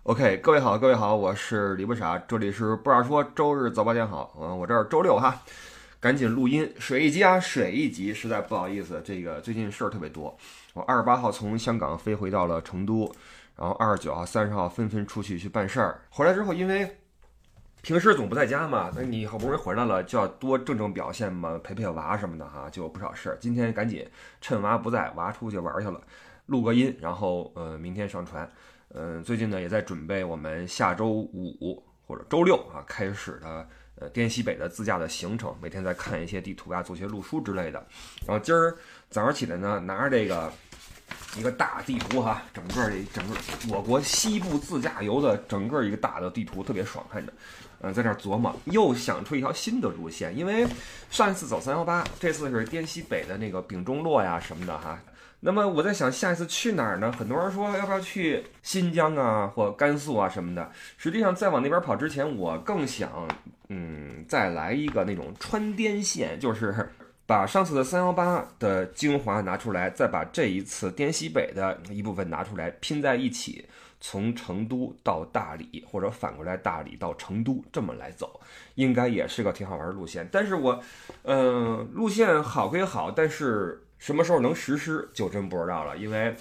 OK，各位好，各位好，我是李不傻，这里是不傻说周日早八点好，我这儿周六哈，赶紧录音，水一集啊，水一集，实在不好意思，这个最近事儿特别多，我28号从香港飞回到了成都，然后29号、30号纷纷出去办事儿，回来之后因为平时总不在家嘛，那你好不容易回来了，就要多正表现嘛，陪陪娃什么的哈，就有不少事儿。今天赶紧趁娃不在，娃出去玩去了，录个音，然后明天上传。最近呢也在准备我们下周五或者周六啊开始的滇西北的自驾的行程，每天在看一些地图啊，做些路书之类的。然后今儿早上起来呢，拿着这个一个大地图哈，整个我国西部自驾游的整个一个大的地图，特别爽看着。在那琢磨，又想出一条新的路线，因为上一次走318，这次是滇西北的那个丙中洛呀什么的哈。那么我在想下一次去哪儿呢？很多人说要不要去新疆啊或甘肃啊什么的。实际上再往那边跑之前，我更想再来一个那种穿滇线，就是把上次的318的精华拿出来，再把这一次滇西北的一部分拿出来拼在一起，从成都到大理，或者反过来大理到成都，这么来走，应该也是个挺好玩的路线。但是我路线好归好，但是什么时候能实施就真不知道了，因为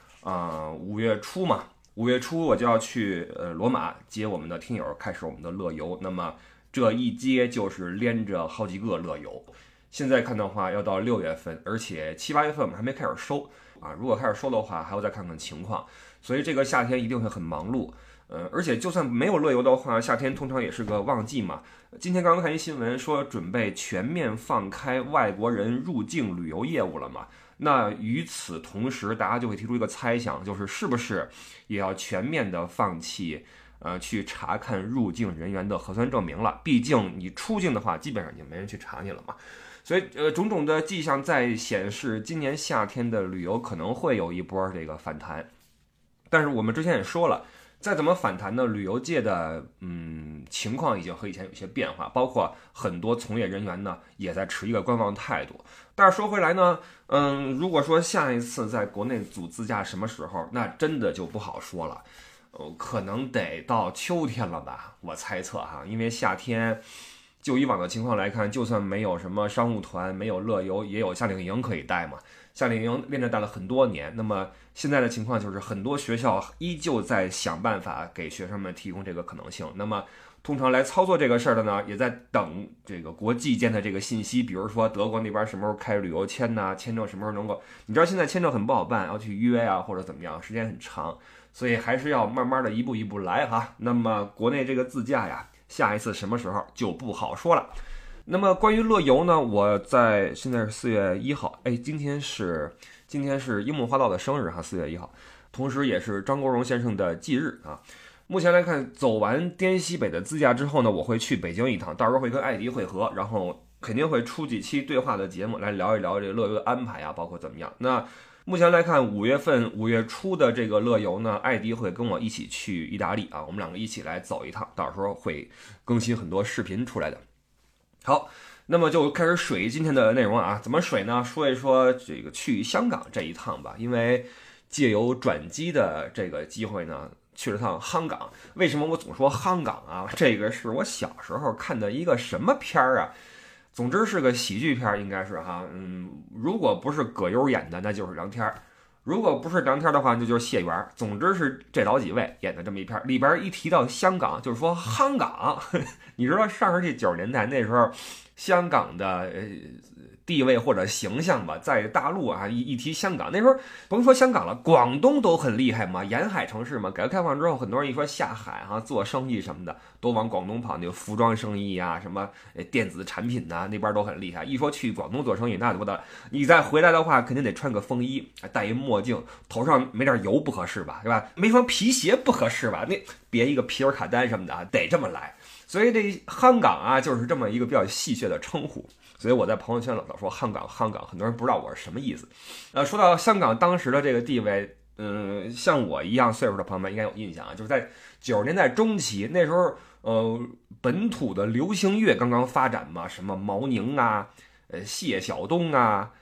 5月初嘛，5月初我就要去罗马接我们的听友，开始我们的乐游。那么这一接就是连着好几个乐游。现在看的话要到6月份，而且7、8月份我们还没开始收啊。如果开始收的话，还要再看看情况。所以这个夏天一定会很忙碌。而且就算没有乐游的话，夏天通常也是个旺季嘛。今天刚刚看一新闻说，准备全面放开外国人入境旅游业务了嘛。那与此同时，大家就会提出一个猜想，就是是不是也要全面的放弃去查看入境人员的核酸证明了？毕竟你出境的话，基本上就没人去查你了嘛。所以种种的迹象在显示，今年夏天的旅游可能会有一波这个反弹。但是我们之前也说了，再怎么反弹呢？旅游界的情况已经和以前有些变化，包括很多从业人员呢也在持一个观望态度。但是说回来呢，如果说下一次在国内组自驾什么时候，那真的就不好说了。可能得到秋天了吧，我猜测哈，因为夏天就以往的情况来看，就算没有什么商务团，没有乐游，也有夏令营可以带嘛。夏令营连着带了很多年，那么现在的情况就是很多学校依旧在想办法给学生们提供这个可能性。那么通常来操作这个事儿的呢，也在等这个国际间的这个信息，比如说德国那边什么时候开旅游签呐，签证什么时候能够，你知道现在签证很不好办，要去约啊或者怎么样，时间很长，所以还是要慢慢的一步一步来哈。那么国内这个自驾呀，下一次什么时候就不好说了。那么关于乐游呢，现在是4月1号，今天是樱木花道的生日哈，4月1号，同时也是张国荣先生的忌日啊。目前来看，走完滇西北的自驾之后呢，我会去北京一趟，到时候会跟艾迪会合，然后肯定会出几期对话的节目来聊一聊这个乐游的安排啊，包括怎么样。那目前来看，5月初的这个乐游呢，艾迪会跟我一起去意大利啊，我们两个一起来走一趟，到时候会更新很多视频出来的。好，那么就开始水今天的内容啊，怎么水呢？说一说这个去香港这一趟吧，因为借由转机的这个机会呢，去了趟香港。为什么我总说香港啊？这个是我小时候看的一个什么片儿啊？总之是个喜剧片，应该是哈。如果不是葛优演的，那就是梁天儿；如果不是梁天儿的话，那就是谢元。总之是这老几位演的这么一片，里边一提到香港，就是说香港。你知道上世纪90年代那时候，香港的地位或者形象吧，在大陆啊一提香港，那时候甭说香港了，广东都很厉害嘛，沿海城市嘛。改革开放之后，很多人一说下海做生意什么的，都往广东跑，那个服装生意啊，什么电子产品呐，那边都很厉害。一说去广东做生意，那多的，你再回来的话，肯定得穿个风衣，戴一墨镜，头上没点油不合适吧，对吧？没双皮鞋不合适吧？那别一个皮尔卡丹什么的，得这么来。所以这香港啊，就是这么一个比较戏谑的称呼。所以我在朋友圈老说香港，很多人不知道我是什么意思。说到香港当时的这个地位，像我一样岁数的朋友们应该有印象啊，就是在90年代中期，那时候本土的流行乐刚刚发展嘛，什么毛宁啊，谢晓东啊，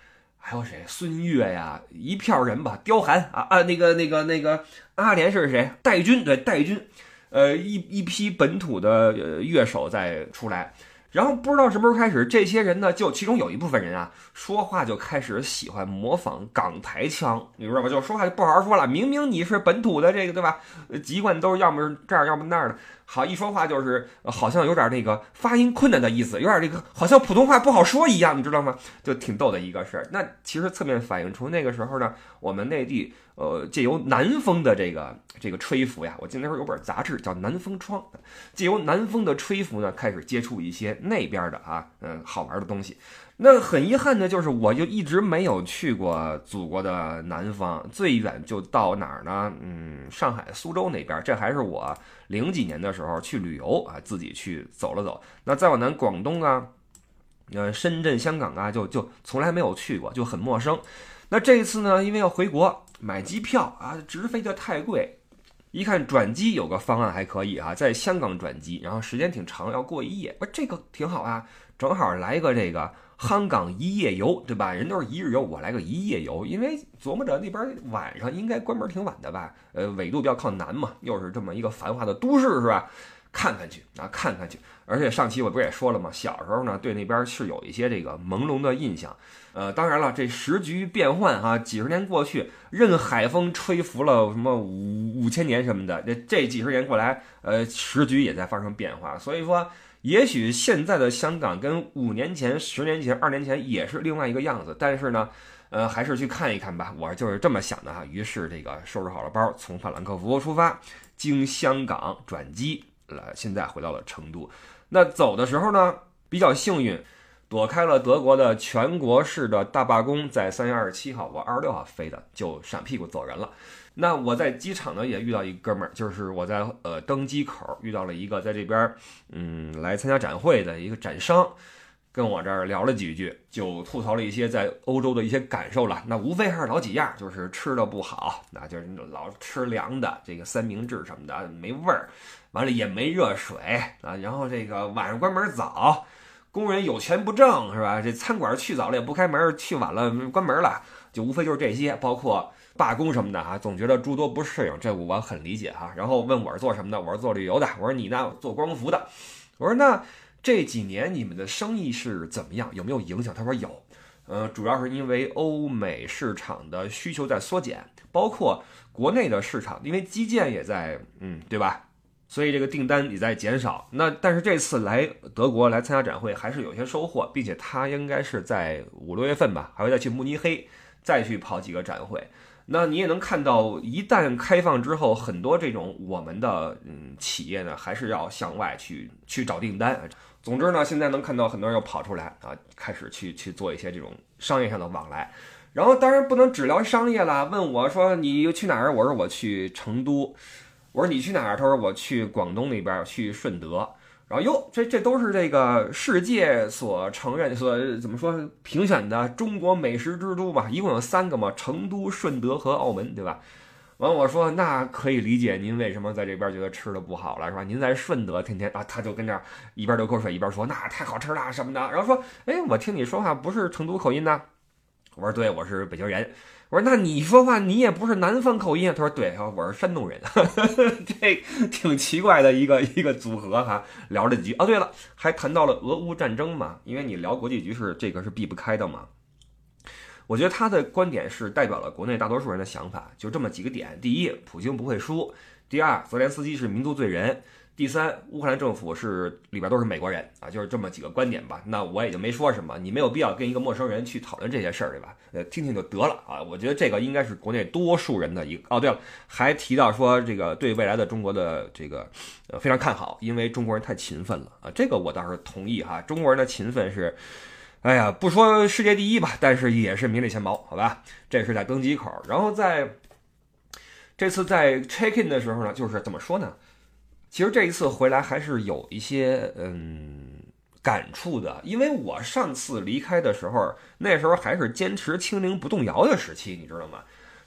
还有谁？孙越呀，一票人吧，刁寒那个阿联是谁？戴军，对，戴军，一批本土的乐手再出来。然后不知道什么时候开始，这些人呢，就其中有一部分人啊，说话就开始喜欢模仿港台腔，你知道吧？就说话就不好好说了，明明你是本土的这个，对吧？籍贯都是要么这样，要么那样的，好一说话就是好像有点那个发音困难的意思，有点这个好像普通话不好说一样，你知道吗？就挺逗的一个事儿。那其实侧面反映出那个时候呢，我们内地借由南风的这个吹拂呀，我记得那时候有本杂志叫《南风窗》，借由南风的吹拂呢，开始接触一些那边的好玩的东西。那很遗憾的就是，我就一直没有去过祖国的南方，最远就到哪儿呢？上海、苏州那边，这还是我00几年的时候去旅游啊，自己去走了走。那再往南，广东啊，深圳、香港啊，就从来没有去过，就很陌生。那这一次呢，因为要回国，买机票啊，直飞的太贵。一看转机有个方案还可以啊，在香港转机，然后时间挺长，要过一夜，这个挺好啊，正好来个这个香港一夜游，对吧？人都是一日游，我来个一夜游，因为琢磨着那边晚上应该关门挺晚的吧，纬度比较靠南嘛，又是这么一个繁华的都市，是吧？看看去。而且上期我不是也说了吗？小时候呢，对那边是有一些这个朦胧的印象。当然了，这时局变换啊，几十年过去，任海风吹拂了什么5000年什么的，这几十年过来，时局也在发生变化。所以说，也许现在的香港跟5年前、10年前、2年前也是另外一个样子，但是呢，还是去看一看吧。我就是这么想的啊。于是这个收拾好了包，从法兰克福出发，经香港转机现在回到了成都。那走的时候呢，比较幸运，躲开了德国的全国式的大罢工，在3月27号，我26号飞的，就闪屁股走人了。那我在机场呢也遇到一哥们儿，就是我在登机口遇到了一个在这边来参加展会的一个展商，跟我这儿聊了几句，就吐槽了一些在欧洲的一些感受了。那无非还是老几样，就是吃的不好，那就是老吃凉的，这个三明治什么的没味儿，完了也没热水啊，然后这个晚上关门早，工人有钱不挣，是吧？这餐馆去早了也不开门，去晚了关门了，就无非就是这些，包括罢工什么的啊，总觉得诸多不适应，这我很理解哈。然后问我是做什么的，我是做旅游的，我说你呢做光伏的，我说那这几年你们的生意是怎么样，有没有影响？他说有，主要是因为欧美市场的需求在缩减，包括国内的市场，因为基建也在对吧？所以这个订单也在减少。那但是这次来德国来参加展会还是有些收获，并且他应该是在5、6月份吧，还会再去慕尼黑再去跑几个展会。那你也能看到，一旦开放之后，很多这种我们的企业呢，还是要向外去找订单。总之呢，现在能看到很多人又跑出来啊，开始去做一些这种商业上的往来。然后当然不能只聊商业了，问我说你去哪儿？我说我去成都。我说你去哪儿？他说我去广东那边，去顺德。然后哟，这都是这个世界所承认、所怎么说评选的中国美食之都吧？一共有3个嘛，成都、顺德和澳门，对吧？完我说那可以理解您为什么在这边觉得吃的不好了，是吧？您在顺德天天啊，他就跟这儿一边流口水一边说那太好吃了什么的。然后说，哎，我听你说话不是成都口音呢？我说对，我是北京人。我说那你说话你也不是南方口音。他说对，我是山东人。这挺奇怪的一个组合哈。聊了几句。哦，对了，还谈到了俄乌战争嘛，因为你聊国际局势，这个是避不开的嘛。我觉得他的观点是代表了国内大多数人的想法，就这么几个点：第一，普京不会输；第二，泽连斯基是民族罪人；第三，乌克兰政府是里边都是美国人啊，就是这么几个观点吧。那我也就没说什么，你没有必要跟一个陌生人去讨论这些事儿，对吧？听听就得了啊。我觉得这个应该是国内多数人的一个。哦，对了，还提到说这个对未来的中国的这个非常看好，因为中国人太勤奋了啊。这个我倒是同意哈，中国人的勤奋是。哎呀，不说世界第一吧，但是也是名列前茅，好吧？这是在登机口，然后这次在 check in 的时候呢，就是怎么说呢？其实这一次回来还是有一些感触的，因为我上次离开的时候，那时候还是坚持清零不动摇的时期，你知道吗？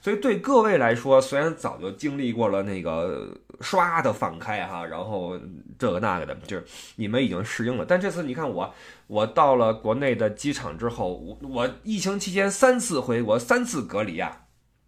所以对各位来说，虽然早就经历过了那个唰的放开哈，然后这个那个的，就是你们已经适应了。但这次你看我到了国内的机场之后，我疫情期间3次回国，3次隔离啊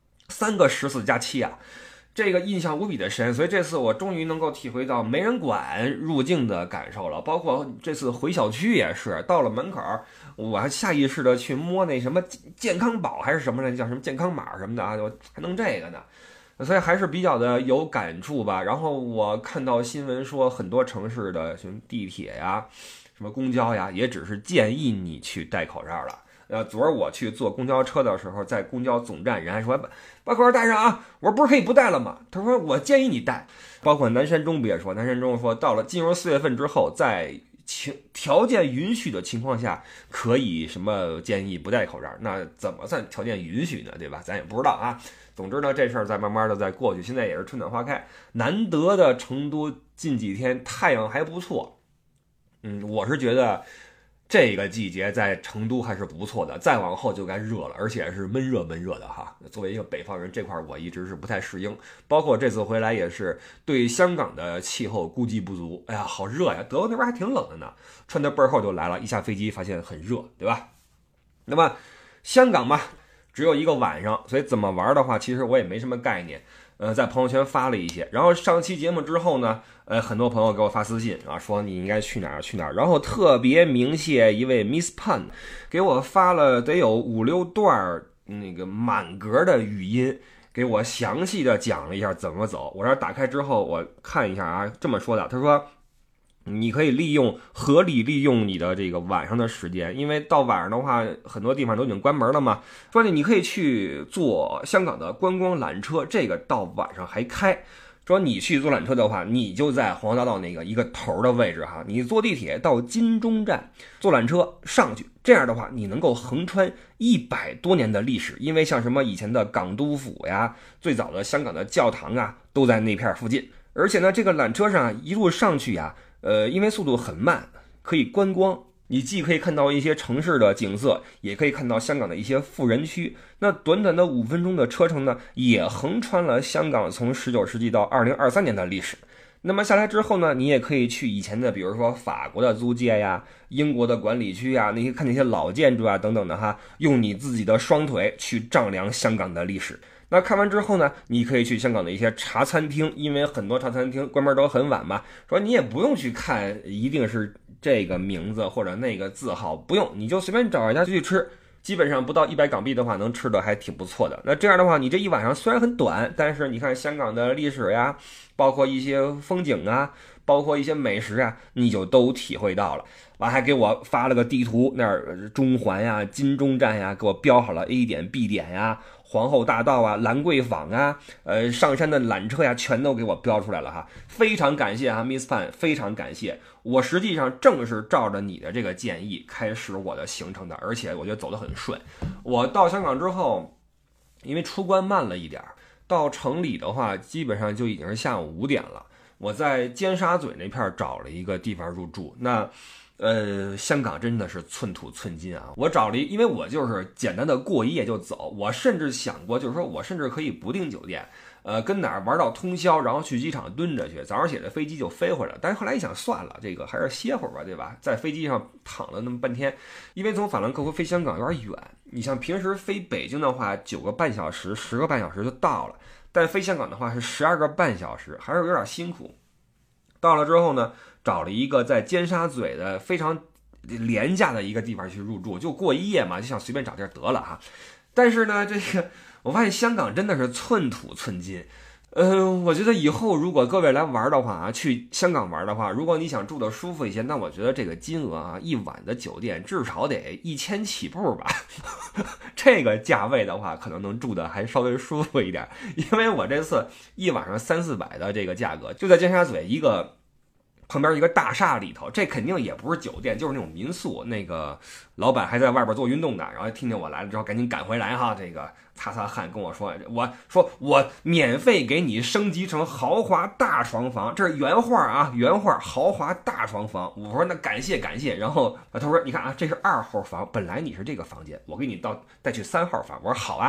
，3个14+7啊。这个印象无比的深，所以这次我终于能够体会到没人管入境的感受了。包括这次回小区也是，到了门口，我还下意识的去摸那什么健康宝还是什么来，叫什么健康码什么的啊，我还弄这个呢，所以还是比较的有感触吧。然后我看到新闻说，很多城市的什么地铁呀、什么公交呀，也只是建议你去戴口罩了。昨儿我去坐公交车的时候，在公交总站，人还说把口罩戴上啊，我说不是可以不戴了吗？他说我建议你戴。包括南山中不也说，南山中说到了进入4月份之后，在条件允许的情况下，可以什么建议不戴口罩？那怎么算条件允许呢？对吧？咱也不知道啊。总之呢，这事儿再慢慢的再过去，现在也是春暖花开，难得的成都近几天太阳还不错。我是觉得这个季节在成都还是不错的，再往后就该热了，而且是闷热的哈。作为一个北方人，这块我一直是不太适应，包括这次回来也是对香港的气候估计不足。哎呀，好热呀！德国那边还挺冷的呢，穿的倍儿厚就来了，一下飞机发现很热，对吧？那么香港嘛，只有一个晚上，所以怎么玩的话，其实我也没什么概念。在朋友圈发了一些，然后上期节目之后呢，很多朋友给我发私信啊，说你应该去哪儿去哪儿，然后特别鸣谢一位 Miss Pan 给我发了得有5-6段那个满格的语音，给我详细的讲了一下怎么走。我这打开之后我看一下啊，这么说的，他说你可以合理利用你的这个晚上的时间，因为到晚上的话，很多地方都已经关门了嘛。说你可以去坐香港的观光缆车，这个到晚上还开。说你去坐缆车的话，你就在皇后大道那个一个头的位置哈，你坐地铁到金钟站，坐缆车上去，这样的话你能够横穿100多年的历史，因为像什么以前的港督府呀，最早的香港的教堂啊，都在那片附近。而且呢，这个缆车上一路上去呀，因为速度很慢，可以观光。你既可以看到一些城市的景色，也可以看到香港的一些富人区。那短短的5分钟的车程呢，也横穿了香港从19世纪到2023年的历史。那么下来之后呢，你也可以去以前的，比如说法国的租界呀、英国的管理区呀，看那些老建筑啊等等的哈，用你自己的双腿去丈量香港的历史。那看完之后呢，你可以去香港的一些茶餐厅，因为很多茶餐厅关门都很晚嘛，说你也不用去看一定是这个名字或者那个字号，不用，你就随便找一家去吃，基本上不到100港币的话能吃的还挺不错的。那这样的话，你这一晚上虽然很短，但是你看香港的历史呀，包括一些风景啊，包括一些美食啊，你就都体会到了。完还给我发了个地图，那儿中环呀、金钟站呀，给我标好了 A 点 B 点呀，皇后大道啊、兰桂坊啊、上山的缆车呀，全都给我标出来了哈。非常感谢哈 Miss Pan， 非常感谢。我实际上正是照着你的这个建议开始我的行程的，而且我觉得走得很顺。我到香港之后，因为出关慢了一点，到城里的话基本上就已经是下午5点了。我在尖沙咀那片找了一个地方入住。那香港真的是寸土寸金啊！我找了因为我就是简单的过一夜就走，我甚至想过，就是说我甚至可以不订酒店，跟哪儿玩到通宵，然后去机场蹲着去，早上起来飞机就飞回来。但是后来一想，算了，这个还是歇会儿吧，对吧？在飞机上躺了那么半天，因为从法兰克福飞香港有点远，你像平时飞北京的话，9个半小时、10个半小时就到了，但飞香港的话是12个半小时，还是有点辛苦。到了之后呢，找了一个在尖沙咀的非常廉价的一个地方去入住，就过一夜嘛，就想随便找地儿得了哈。但是呢，这个我发现香港真的是寸土寸金。我觉得以后如果各位来玩的话啊，去香港玩的话，如果你想住的舒服一些，那我觉得这个金额啊，一晚的酒店至少得1000起步吧。这个价位的话，可能能住的还稍微舒服一点。因为我这次一晚上300-400的这个价格，就在尖沙咀一个旁边一个大厦里头，这肯定也不是酒店，就是那种民宿。那个老板还在外边做运动呢，然后听见我来了之后，赶紧赶回来哈，这个擦擦汗跟我说，我免费给你升级成豪华大床房，这是原话啊，原话，豪华大床房。我说那感谢。然后他说你看啊，这是2号房，本来你是这个房间，我给你带去3号房。我说好啊。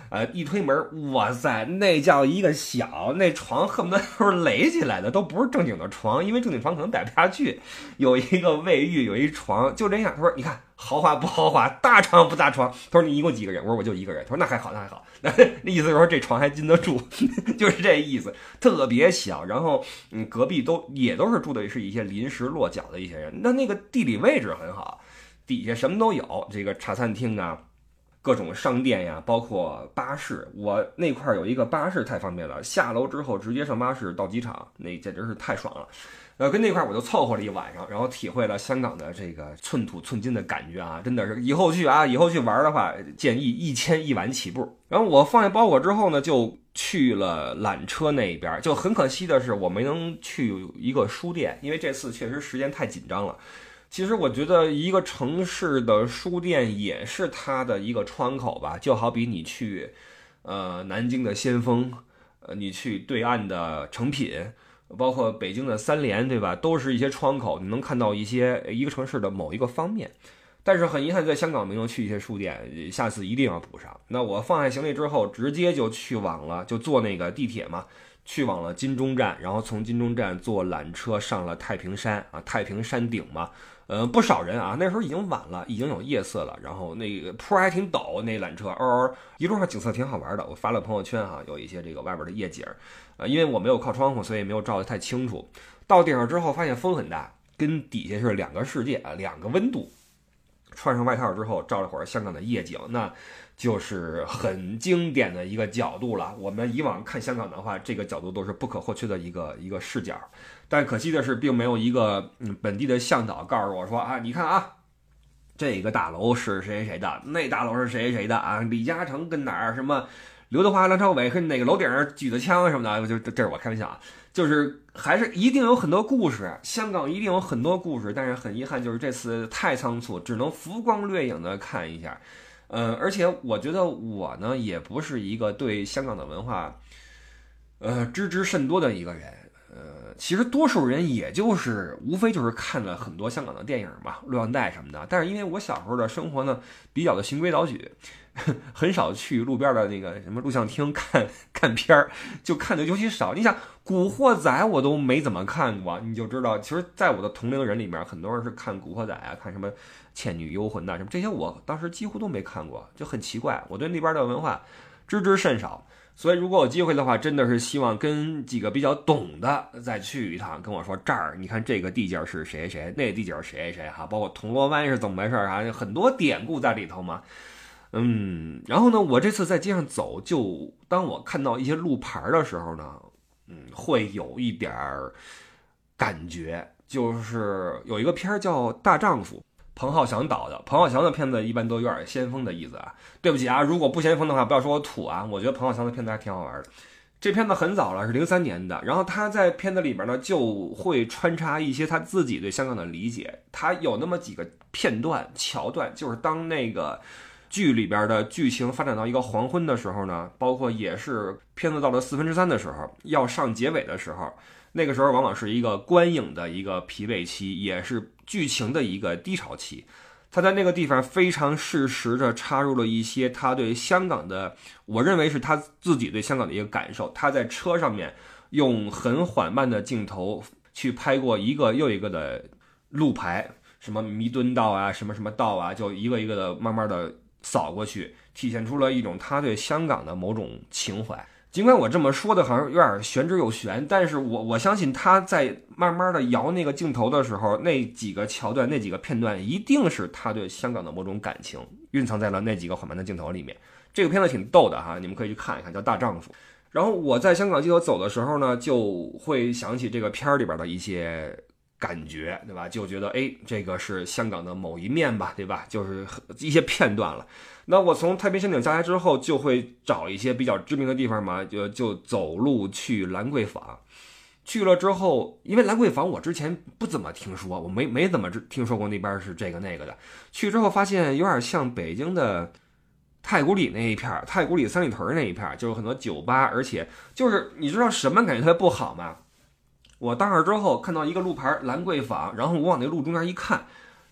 一推门，哇塞，那叫一个小，那床恨不得都是垒起来的，都不是正经的床，因为正经床可能摆不下去。有一个卫浴，有一床，就这样。他说：“你看豪华不豪华，大床不大床？”他说：“你一共几个人？”我说：“我就一个人。”他说：“那还好，那还好。”那意思就是说这床还禁得住，就是这意思，特别小。然后隔壁也都是住的是一些临时落脚的一些人，那个地理位置很好，底下什么都有，这个茶餐厅啊。各种商店呀，包括巴士，我那块有一个巴士太方便了，下楼之后直接上巴士到机场，那简直是太爽了。跟那块我就凑合了一晚上，然后体会了香港的这个寸土寸金的感觉啊，真的是以后去玩的话，建议1000晚起步。然后我放下包裹之后呢，就去了缆车那边，就很可惜的是我没能去一个书店，因为这次确实时间太紧张了。其实我觉得一个城市的书店也是它的一个窗口吧，就好比你去南京的先锋，你去对岸的诚品，包括北京的三联，对吧？都是一些窗口，你能看到一个城市的某一个方面。但是很遗憾，在香港没有去一些书店，下次一定要补上。那我放下行李之后，直接就去往了，就坐那个地铁嘛，去往了金钟站，然后从金钟站坐缆车上了太平山啊，太平山顶嘛。不少人啊，那时候已经晚了，已经有夜色了，然后那个坡还挺陡，那缆车一路上景色挺好玩的，我发了朋友圈啊，有一些这个外边的夜景，因为我没有靠窗户，所以没有照得太清楚。到顶上之后发现风很大，跟底下是两个世界啊，两个温度。穿上外套之后照了会儿香港的夜景，那就是很经典的一个角度了。我们以往看香港的话，这个角度都是不可或缺的一个视角。但可惜的是，并没有一个本地的向导告诉我说啊，你看啊，这个大楼是谁谁的，那大楼是谁谁的啊？李嘉诚跟哪儿什么？刘德华、梁朝伟跟哪个楼顶上举的枪什么的，这是我开玩笑啊，就是还是一定有很多故事，香港一定有很多故事，但是很遗憾，就是这次太仓促，只能浮光掠影的看一下。而且我觉得我呢，也不是一个对香港的文化，知甚多的一个人。其实多数人也就是无非就是看了很多香港的电影嘛，录像带什么的。但是因为我小时候的生活呢，比较的循规蹈矩，很少去路边的那个什么录像厅看片儿，就看的尤其少。你想《古惑仔》我都没怎么看过，你就知道，其实在我的同龄人里面，很多人是看《古惑仔》啊，看什么《倩女幽魂》呐，什么这些，我当时几乎都没看过，就很奇怪。我对那边的文化知甚少。所以如果有机会的话，真的是希望跟几个比较懂的再去一趟，跟我说这儿你看这个地界是谁谁，那个地界是谁谁哈，包括铜锣湾是怎么回事啊，很多典故在里头嘛。然后呢，我这次在街上走，就当我看到一些路牌的时候呢，会有一点感觉，就是有一个片叫《大丈夫》。彭浩翔导的，彭浩翔的片子一般都有点先锋的意思啊。对不起啊，如果不先锋的话，不要说我土啊。我觉得彭浩翔的片子还挺好玩的。这片子很早了，是03年的。然后他在片子里边呢，就会穿插一些他自己对香港的理解。他有那么几个片段桥段，就是当那个剧里边的剧情发展到一个黄昏的时候呢，包括也是片子到了3/4的时候，要上结尾的时候。那个时候往往是一个观影的一个疲惫期，也是剧情的一个低潮期。他在那个地方非常适时的插入了一些他对香港的，我认为是他自己对香港的一个感受。他在车上面用很缓慢的镜头去拍过一个又一个的路牌，什么弥敦道啊，什么什么道啊，就一个一个的慢慢的扫过去，体现出了一种他对香港的某种情怀。尽管我这么说的好像有点玄之又玄，但是我相信他在慢慢的摇那个镜头的时候，那几个桥段，那几个片段，一定是他对香港的某种感情蕴藏在了那几个缓慢的镜头里面。这个片子挺逗的哈，你们可以去看一看，叫《大丈夫》。然后我在香港街头走的时候呢，就会想起这个片儿里边的一些感觉，对吧？就觉得这个是香港的某一面吧，对吧？就是一些片段了。那我从太平山顶下来之后，就会找一些比较知名的地方嘛，就走路去兰桂坊。去了之后，因为兰桂坊我之前不怎么听说，我没怎么听说过那边是这个那个的。去之后发现有点像北京的太古里那一片，太古里三里屯那一片，就是很多酒吧，而且就是你知道什么感觉特别不好吗？我到那之后看到一个路牌兰桂坊，然后我往那路中间一看，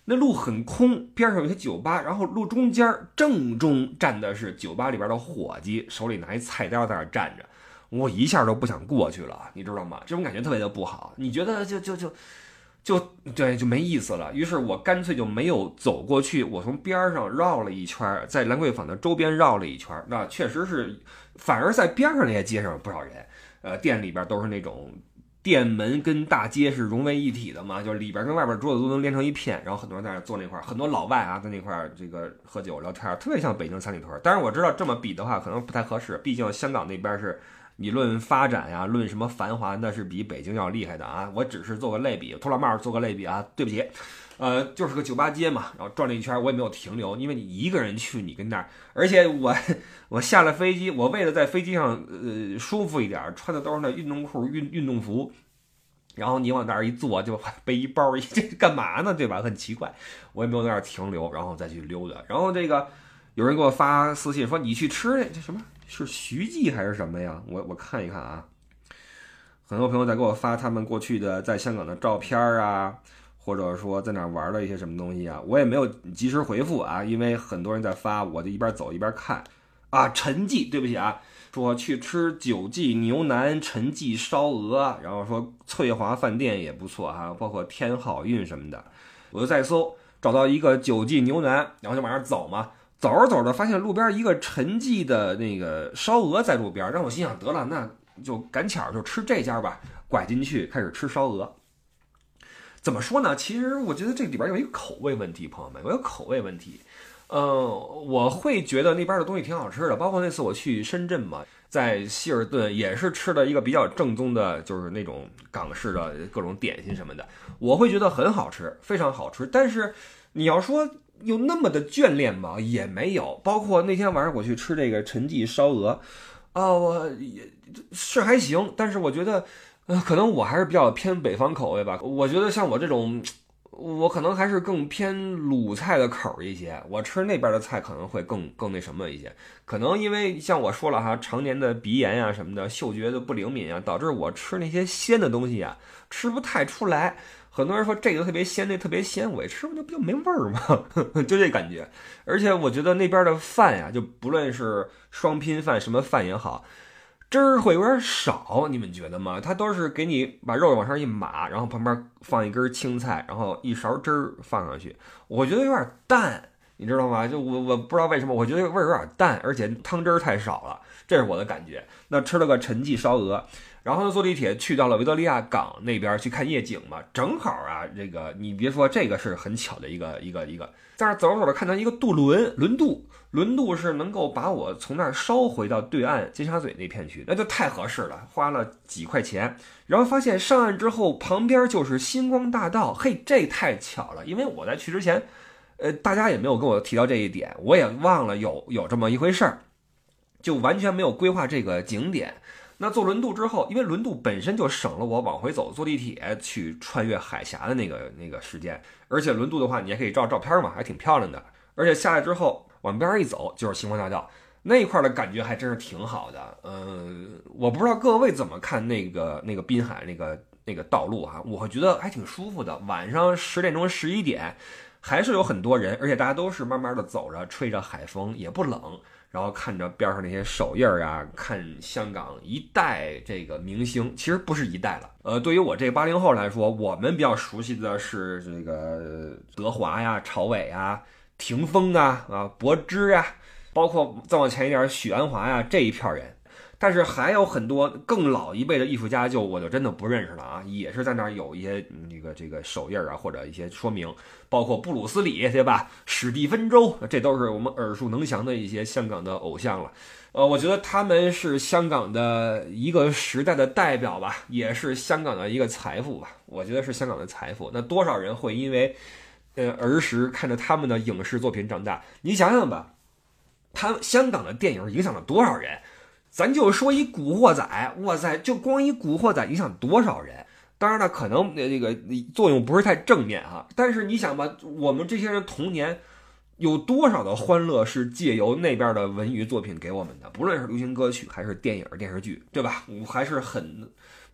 那路很空，边上有些酒吧，然后路中间正中站的是酒吧里边的伙计，手里拿一菜单在那站着，我一下都不想过去了，你知道吗？这种感觉特别的不好，你觉得就没意思了。于是我干脆就没有走过去，我从边上绕了一圈，在兰桂坊的周边绕了一圈，那确实是，反而在边上那些街上有不少人，店里边都是那种。店门跟大街是融为一体的嘛，就是里边跟外边桌子都能连成一片，然后很多人在那坐那块，很多老外啊在那块这个喝酒聊天，特别像北京三里屯。当然我知道这么比的话可能不太合适，毕竟香港那边是你论发展呀，论什么繁华，那是比北京要厉害的啊。我只是做个类比，托老帽做个类比啊，对不起。就是个酒吧街嘛，然后转了一圈，我也没有停留，因为你一个人去，你跟那儿，而且我下了飞机，我为了在飞机上舒服一点，穿的都是那运动裤、运动服，然后你往那儿一坐，就背一包，这干嘛呢？对吧？很奇怪，我也没有在那儿停留，然后再去溜达。然后这个有人给我发私信说你去吃这什么是徐记还是什么呀？我看一看啊，很多朋友在给我发他们过去的在香港的照片啊。或者说在哪玩的一些什么东西啊，我也没有及时回复啊，因为很多人在发，我就一边走一边看啊。陈记，对不起啊，说去吃九记牛腩、陈记烧鹅，然后说翠华饭店也不错哈，包括天好运什么的，我就再搜找到一个九记牛腩，然后就往那走嘛，走着走着发现路边一个陈记的那个烧鹅在路边，让我心想得了，那就赶巧就吃这家吧，拐进去开始吃烧鹅。怎么说呢？其实我觉得这里边有一个口味问题，朋友们，有一个口味问题。我会觉得那边的东西挺好吃的，包括那次我去深圳嘛，在希尔顿也是吃了一个比较正宗的，就是那种港式的各种点心什么的，我会觉得很好吃，非常好吃。但是你要说有那么的眷恋吗？也没有。包括那天晚上我去吃这个陈记烧鹅，我也是还行，但是我觉得。可能我还是比较偏北方口味吧。我觉得像我这种，我可能还是更偏鲁菜的口一些。我吃那边的菜可能会更那什么一些。可能因为像我说了哈，常年的鼻炎呀什么的，嗅觉的不灵敏啊，导致我吃那些鲜的东西啊，吃不太出来。很多人说这个特别鲜，那特别鲜，我一吃不就没味儿吗？就这感觉。而且我觉得那边的饭呀，就不论是双拼饭什么饭也好。汁儿会有点少，你们觉得吗？它都是给你把肉往上一码，然后旁边放一根青菜，然后一勺汁儿放上去，我觉得有点淡，你知道吗？就我不知道为什么，我觉得味儿有点淡，而且汤汁儿太少了，这是我的感觉。那吃了个陈记烧鹅，然后坐地铁去到了维多利亚港那边去看夜景嘛，正好啊，这个你别说，这个是很巧的一个，在那走着走着看到一个渡轮渡是能够把我从那儿捎回到对岸尖沙咀那片去，那就太合适了，花了几块钱，然后发现上岸之后旁边就是星光大道，嘿，这太巧了，因为我在去之前，大家也没有跟我提到这一点，我也忘了有这么一回事儿，就完全没有规划这个景点。那坐轮渡之后，因为轮渡本身就省了我往回走坐地铁去穿越海峡的那个时间，而且轮渡的话你也可以照照片嘛，还挺漂亮的。而且下来之后往边一走就是星光大道，那一块的感觉还真是挺好的。我不知道各位怎么看那个滨海那个道路哈，我会觉得还挺舒服的。晚上10点钟11点还是有很多人，而且大家都是慢慢的走着，吹着海风，也不冷。然后看着边上那些手印啊，看香港一代这个明星，其实不是一代了。对于我这80后来说，我们比较熟悉的是这个德华呀、朝伟啊、霆锋啊、柏芝啊，包括再往前一点许鞍华呀这一片人。但是还有很多更老一辈的艺术家，我就真的不认识了啊，也是在那儿有一些这个手印啊，或者一些说明，包括布鲁斯李，对吧？史蒂芬周，这都是我们耳熟能详的一些香港的偶像了。我觉得他们是香港的一个时代的代表吧，也是香港的一个财富吧。我觉得是香港的财富。那多少人会因为儿时看着他们的影视作品长大？你想想吧，香港的电影影响了多少人？咱就说一古惑仔，哇塞，就光一古惑仔影响多少人？当然了，可能这个作用不是太正面哈，但是你想吧，我们这些人童年有多少的欢乐是借由那边的文娱作品给我们的？不论是流行歌曲还是电影电视剧，对吧？还是很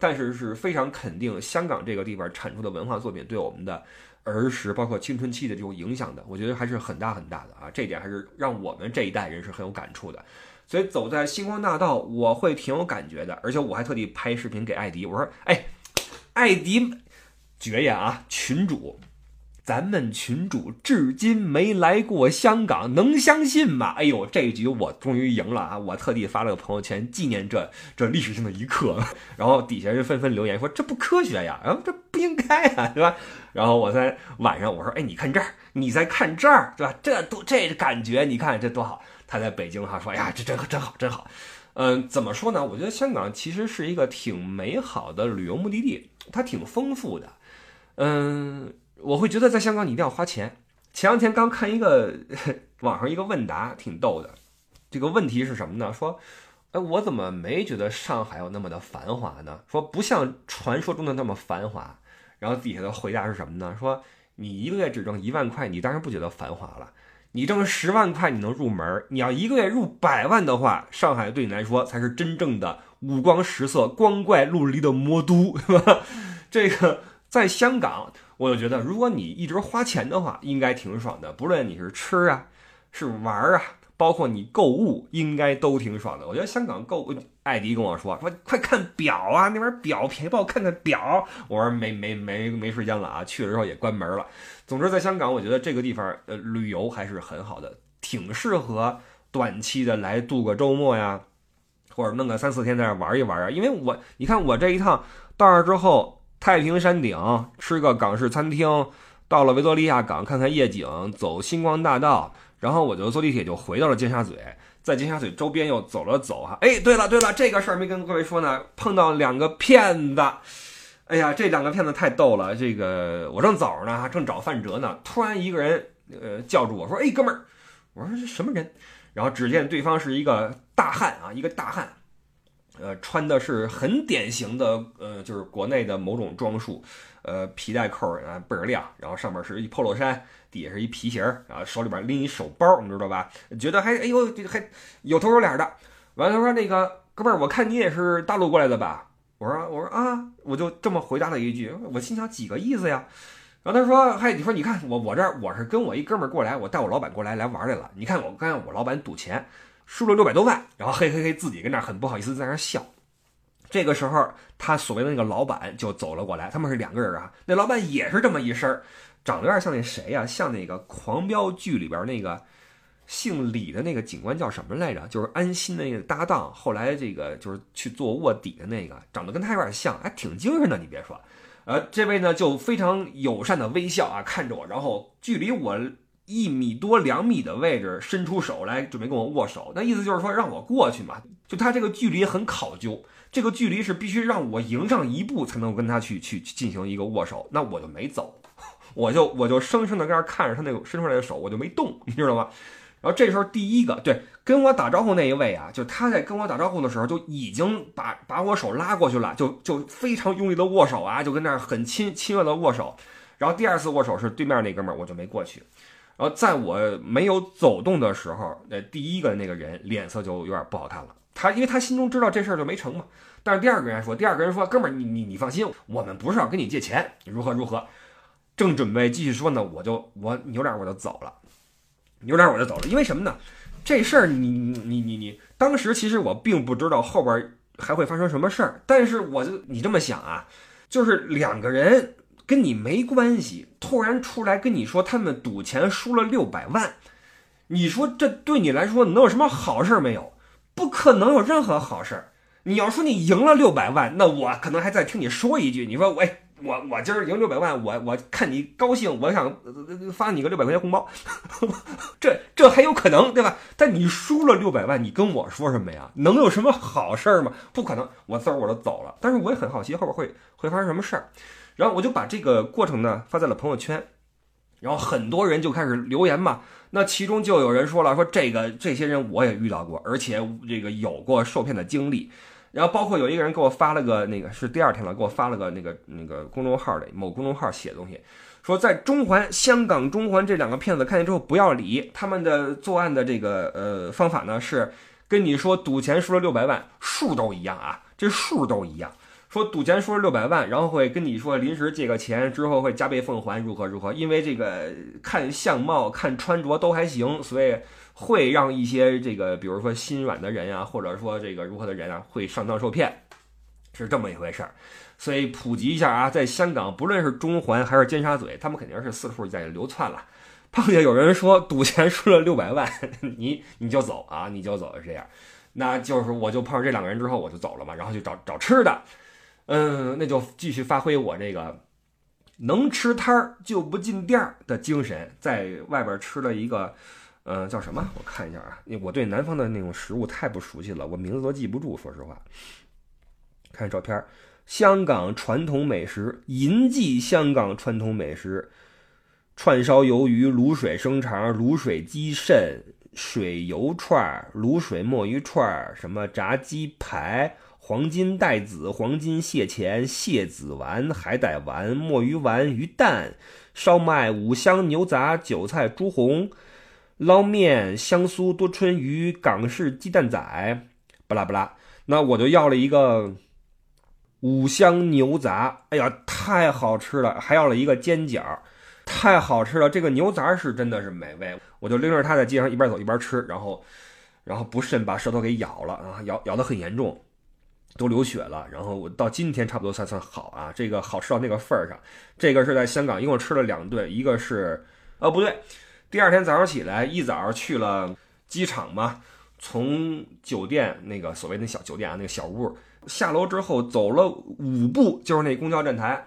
但是是非常肯定香港这个地方产出的文化作品对我们的儿时包括青春期的这种影响的，我觉得还是很大很大的啊，这一点还是让我们这一代人是很有感触的。所以走在星光大道我会挺有感觉的，而且我还特地拍视频给艾迪，我说哎，艾迪爵爷啊，群主，咱们群主至今没来过香港，能相信吗？哎呦，这一局我终于赢了啊！我特地发了个朋友圈纪念这历史性的一刻，然后底下人纷纷留言说这不科学呀，然后这不应该啊，对吧？然后我在晚上我说，哎，你看这儿，你再看这儿，对吧？这感觉，你看这多好。他在北京哈说，哎呀，这真好，真好。怎么说呢？我觉得香港其实是一个挺美好的旅游目的地，它挺丰富的。我会觉得在香港你一定要花钱。前两天刚看一个网上一个问答，挺逗的。这个问题是什么呢？说，我怎么没觉得上海有那么的繁华呢？说不像传说中的那么繁华。然后底下的回答是什么呢？说你一个月只挣1万块，你当然不觉得繁华了。你挣10万块你能入门，你要一个月入100万的话，上海对你来说才是真正的五光十色、光怪陆离的魔都，对吧？这个在香港，我就觉得如果你一直花钱的话，应该挺爽的。不论你是吃啊，是玩啊，包括你购物，应该都挺爽的。我觉得香港购物，艾迪跟我说快看表啊，那边表便宜，帮我看看表。我说没时间了啊，去了之后也关门了。总之，在香港，我觉得这个地方旅游还是很好的，挺适合短期的来度个周末呀，或者弄个3-4天在那玩一玩啊。因为你看我这一趟到那之后，太平山顶吃个港式餐厅，到了维多利亚港看看夜景，走星光大道，然后我就坐地铁就回到了尖沙咀，在尖沙咀周边又走了走哈。哎，对了，这个事儿没跟各位说呢，碰到2个骗子。哎呀，这2个骗子太逗了！这个我正走着呢，正找范哲呢，突然一个人叫住我说：“哎，哥们儿！”我说：“这什么人？”然后只见对方是一个大汉啊，一个大汉，穿的是很典型的就是国内的某种装束，皮带扣啊倍儿亮，然后上面是一 polo 衫，底下是一皮鞋，然后手里边拎一手包，你知道吧？觉得还还有头有脸的。完了他说：“那个哥们儿，我看你也是大陆过来的吧？”我说啊，我就这么回答了一句，我心想几个意思呀？然后他说，嗨，你看我这儿我是跟我一哥们儿过来，我带我老板过来玩来了。你看我刚才我老板赌钱输了600多万，然后嘿自己跟那很不好意思在那笑。这个时候他所谓的那个老板就走了过来，他们是2个人啊。那老板也是这么一身，长得有点像那谁呀？像那个狂飙剧里边那个姓李的那个警官叫什么来着？就是安心的那个搭档，后来这个就是去做卧底的那个，长得跟他有点像，还挺精神的。你别说，这位呢就非常友善的微笑啊，看着我，然后距离我1米多2米的位置伸出手来，准备跟我握手。那意思就是说让我过去嘛。就他这个距离很考究，这个距离是必须让我迎上1步才能跟他去进行一个握手。那我就没走，我就生生的跟那看着他那个伸出来的手，我就没动，你知道吗？然后这时候第一个跟我打招呼那一位啊，就他在跟我打招呼的时候就已经把我手拉过去了，就非常用力的握手啊，就跟那儿很亲热的握手。然后第2次握手是对面那哥们儿，我就没过去。然后在我没有走动的时候，第一个那个人脸色就有点不好看了。因为他心中知道这事儿就没成嘛。但是第二个人说，哥们儿你放心，我们不是要跟你借钱，如何。正准备继续说呢，我扭脸我就走了。因为什么呢？这事儿你当时其实我并不知道后边还会发生什么事儿，但是你这么想啊，就是2个人跟你没关系，突然出来跟你说他们赌钱输了600万，你说这对你来说能有什么好事没有？不可能有任何好事。你要说你赢了600万，那我可能还在听你说一句，你说喂。我今儿赢600万，我看你高兴，我想发你个600块钱红包，这还有可能，对吧？但你输了600万，你跟我说什么呀？能有什么好事吗？不可能，我就走了。但是我也很好奇后边会发生什么事儿，然后我就把这个过程呢发在了朋友圈，然后很多人就开始留言嘛。那其中就有人说了，说这些人我也遇到过，而且这个有过受骗的经历。然后包括有一个人给我发了个那个是第2天了，给我发了个那个公众号的某公众号写的东西，说在香港中环这2个骗子看见之后不要理，他们的作案的这个方法呢是跟你说赌钱输了600万，数都一样啊，这数都一样， 说赌钱输了600万，然后会跟你说临时借个钱，之后会加倍奉还，如何如何，因为这个看相貌看穿着都还行，所以会让一些这个比如说心软的人啊，或者说这个如何的人啊，会上当受骗，是这么一回事儿。所以普及一下啊，在香港不论是中环还是尖沙咀，他们肯定是四处在流窜了。碰见有人说赌钱输了600万，你就走啊，你就走，是这样。那就是我就碰上这2个人之后我就走了嘛，然后去找吃的。那就继续发挥我这个能吃摊儿就不进店儿的精神，在外边吃了一个叫什么？我看一下啊，我对南方的那种食物太不熟悉了，我名字都记不住，说实话。看照片，香港传统美食，银记香港传统美食，串烧鱿鱼、卤水生肠、卤水鸡肾、水油串、卤水墨鱼串，什么炸鸡排、黄金带子、黄金蟹钳、蟹子丸、海带丸、墨鱼丸、鱼蛋、烧麦、五香牛杂、韭菜猪红、捞面、香酥多春鱼、港式鸡蛋仔，巴拉巴拉。那我就要了一个五香牛杂，哎呀，太好吃了！还要了一个煎饺，太好吃了！这个牛杂是真的是美味，我就拎着它在街上一边走一边吃，然后不慎把舌头给咬了啊，咬得很严重，都流血了。然后我到今天差不多算好啊，这个好吃到那个份儿上。这个是在香港一共吃了2顿，一个是不对，第2天早上起来一早去了机场嘛，从酒店那个所谓的小酒店啊，那个小屋下楼之后走了5步就是那公交站台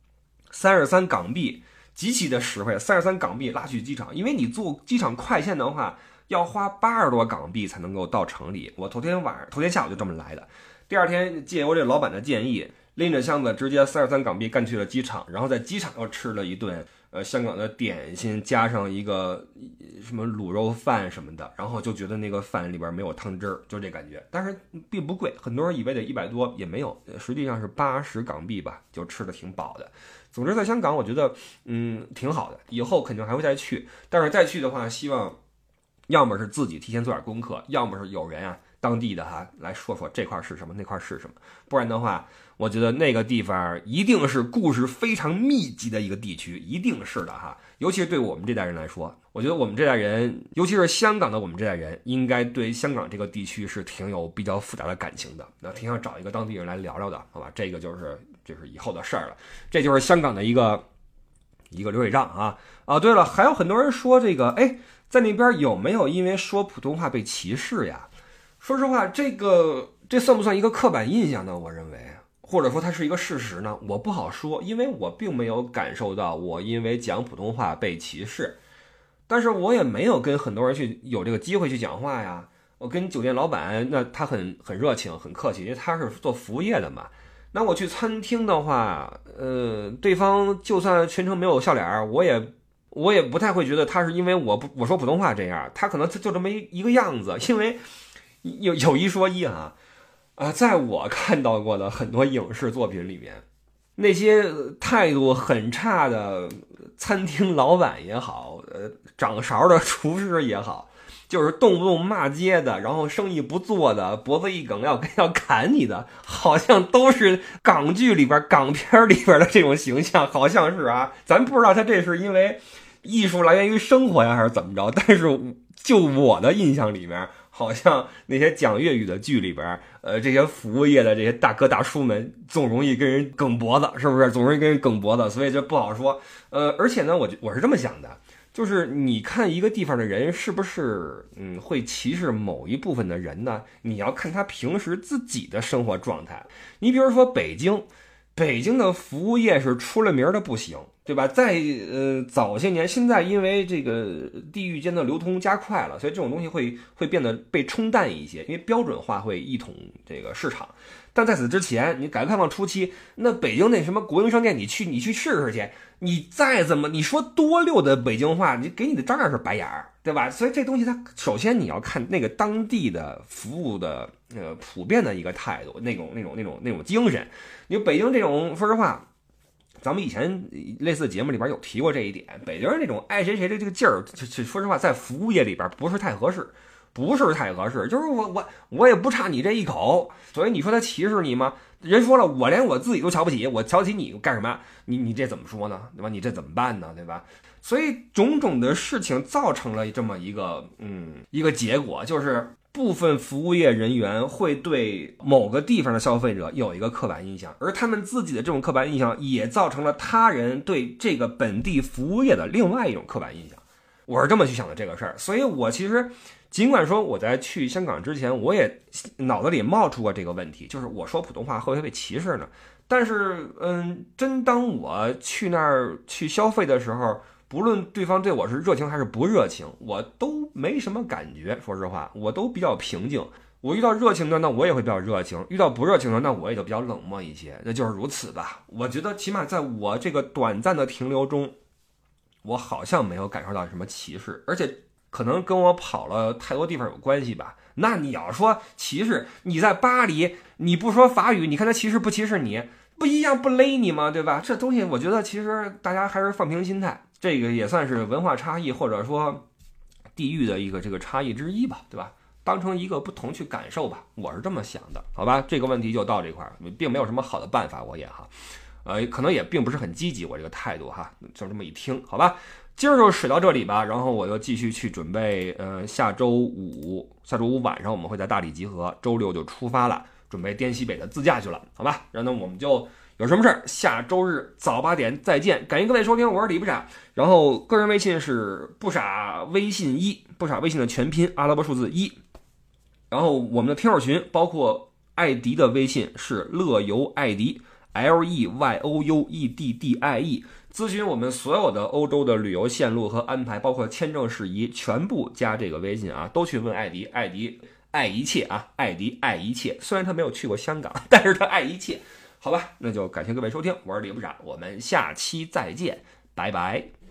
，33港币，极其的实惠，33港币拉去机场。因为你坐机场快线的话要花80多港币才能够到城里。我头天下午就这么来的，第2天借我这老板的建议，拎着箱子直接33港币干去了机场，然后在机场又吃了一顿香港的点心，加上一个什么卤肉饭什么的，然后就觉得那个饭里边没有汤汁儿，就这感觉。但是并不贵，很多人以为得100多，也没有，实际上是80港币吧，就吃的挺饱的。总之在香港我觉得挺好的，以后肯定还会再去，但是再去的话希望要么是自己提前做点功课，要么是有人啊当地的来说说这块是什么那块是什么，不然的话我觉得那个地方一定是故事非常密集的一个地区，一定是的哈。尤其是对我们这代人来说，我觉得我们这代人，尤其是香港的我们这代人，应该对香港这个地区是挺有比较复杂的感情的，那挺想找一个当地人来聊聊的，好吧？这个就是以后的事儿了。这就是香港的一个流水账啊。对了，还有很多人说这个，在那边有没有因为说普通话被歧视呀？说实话，这算不算一个刻板印象呢？我认为，或者说它是一个事实呢？我不好说，因为我并没有感受到我因为讲普通话被歧视，但是我也没有跟很多人有这个机会去讲话呀。我跟酒店老板，那他很热情，很客气，因为他是做服务业的嘛。那我去餐厅的话，对方就算全程没有笑脸，我也不太会觉得他是因为我说普通话这样，他可能就这么一个样子，因为有一说一在我看到过的很多影视作品里面，那些态度很差的餐厅老板也好，掌勺的厨师也好，就是动不动骂街的，然后生意不做的，脖子一梗要砍你的，好像都是港剧里边港片里边的这种形象，好像是咱不知道他这是因为艺术来源于生活呀还是怎么着，但是就我的印象里面，好像那些讲粤语的剧里边，这些服务业的这些大哥大叔们总容易跟人梗脖子，是不是？总容易跟人梗脖子，所以这不好说。而且呢，我是这么想的，就是你看一个地方的人是不是会歧视某一部分的人呢？你要看他平时自己的生活状态。你比如说北京的服务业是出了名的不行，对吧？在早些年，现在因为这个地域间的流通加快了，所以这种东西会变得被冲淡一些，因为标准化会一统这个市场。但在此之前，你改革开放初期，那北京那什么国营商店，你去试试去，你再怎么你说多溜的北京话，你给你的照样是白眼儿，对吧？所以这东西它首先你要看那个当地的服务的普遍的一个态度，那种精神。你北京这种，说实话，咱们以前类似的节目里边有提过这一点，北京人这种爱谁谁的这个劲儿，说实话，在服务业里边不是太合适。 不是太合适。就是我也不差你这一口，所以你说他歧视你吗？人说了，我连我自己都瞧不起，我瞧不起你干什么？你这怎么说呢？对吧？你这怎么办呢？对吧？所以种种的事情造成了这么一个结果，就是部分服务业人员会对某个地方的消费者有一个刻板印象，而他们自己的这种刻板印象也造成了他人对这个本地服务业的另外一种刻板印象。我是这么去想的这个事儿，所以我其实尽管说我在去香港之前，我也脑子里冒出过这个问题，就是我说普通话会不会被歧视呢？但是真当我去那儿去消费的时候，不论对方对我是热情还是不热情，我都没什么感觉。说实话，我都比较平静。我遇到热情的，那我也会比较热情；遇到不热情的，那我也就比较冷漠一些。那就是如此吧。我觉得起码在我这个短暂的停留中，我好像没有感受到什么歧视，而且可能跟我跑了太多地方有关系吧。那你要说歧视，你在巴黎你不说法语，你看他歧视不歧视你？不一样不勒你吗？对吧？这东西我觉得其实大家还是放平心态，这个也算是文化差异或者说地域的一个这个差异之一吧，对吧？当成一个不同去感受吧，我是这么想的，好吧？这个问题就到这块儿，并没有什么好的办法，我也哈，可能也并不是很积极，我这个态度哈，就这么一听，好吧？今儿就水到这里吧，然后我就继续去准备，下周五晚上我们会在大理集合，周六就出发了，准备滇西北的自驾去了，好吧？然后呢，我们就有什么事儿，下周日早8点再见，感谢各位收听，我是李不傻，然后个人微信是不傻微信1，不傻微信的全拼阿拉伯数字1，然后我们的听友群包括艾迪的微信是乐游艾迪。LEYOUEDDIE， 咨询我们所有的欧洲的旅游线路和安排，包括签证事宜，全部加这个微信啊，都去问艾迪，艾迪爱一切啊，艾迪爱一切。虽然他没有去过香港，但是他爱一切，好吧？那就感谢各位收听，我是李部长，我们下期再见，拜拜。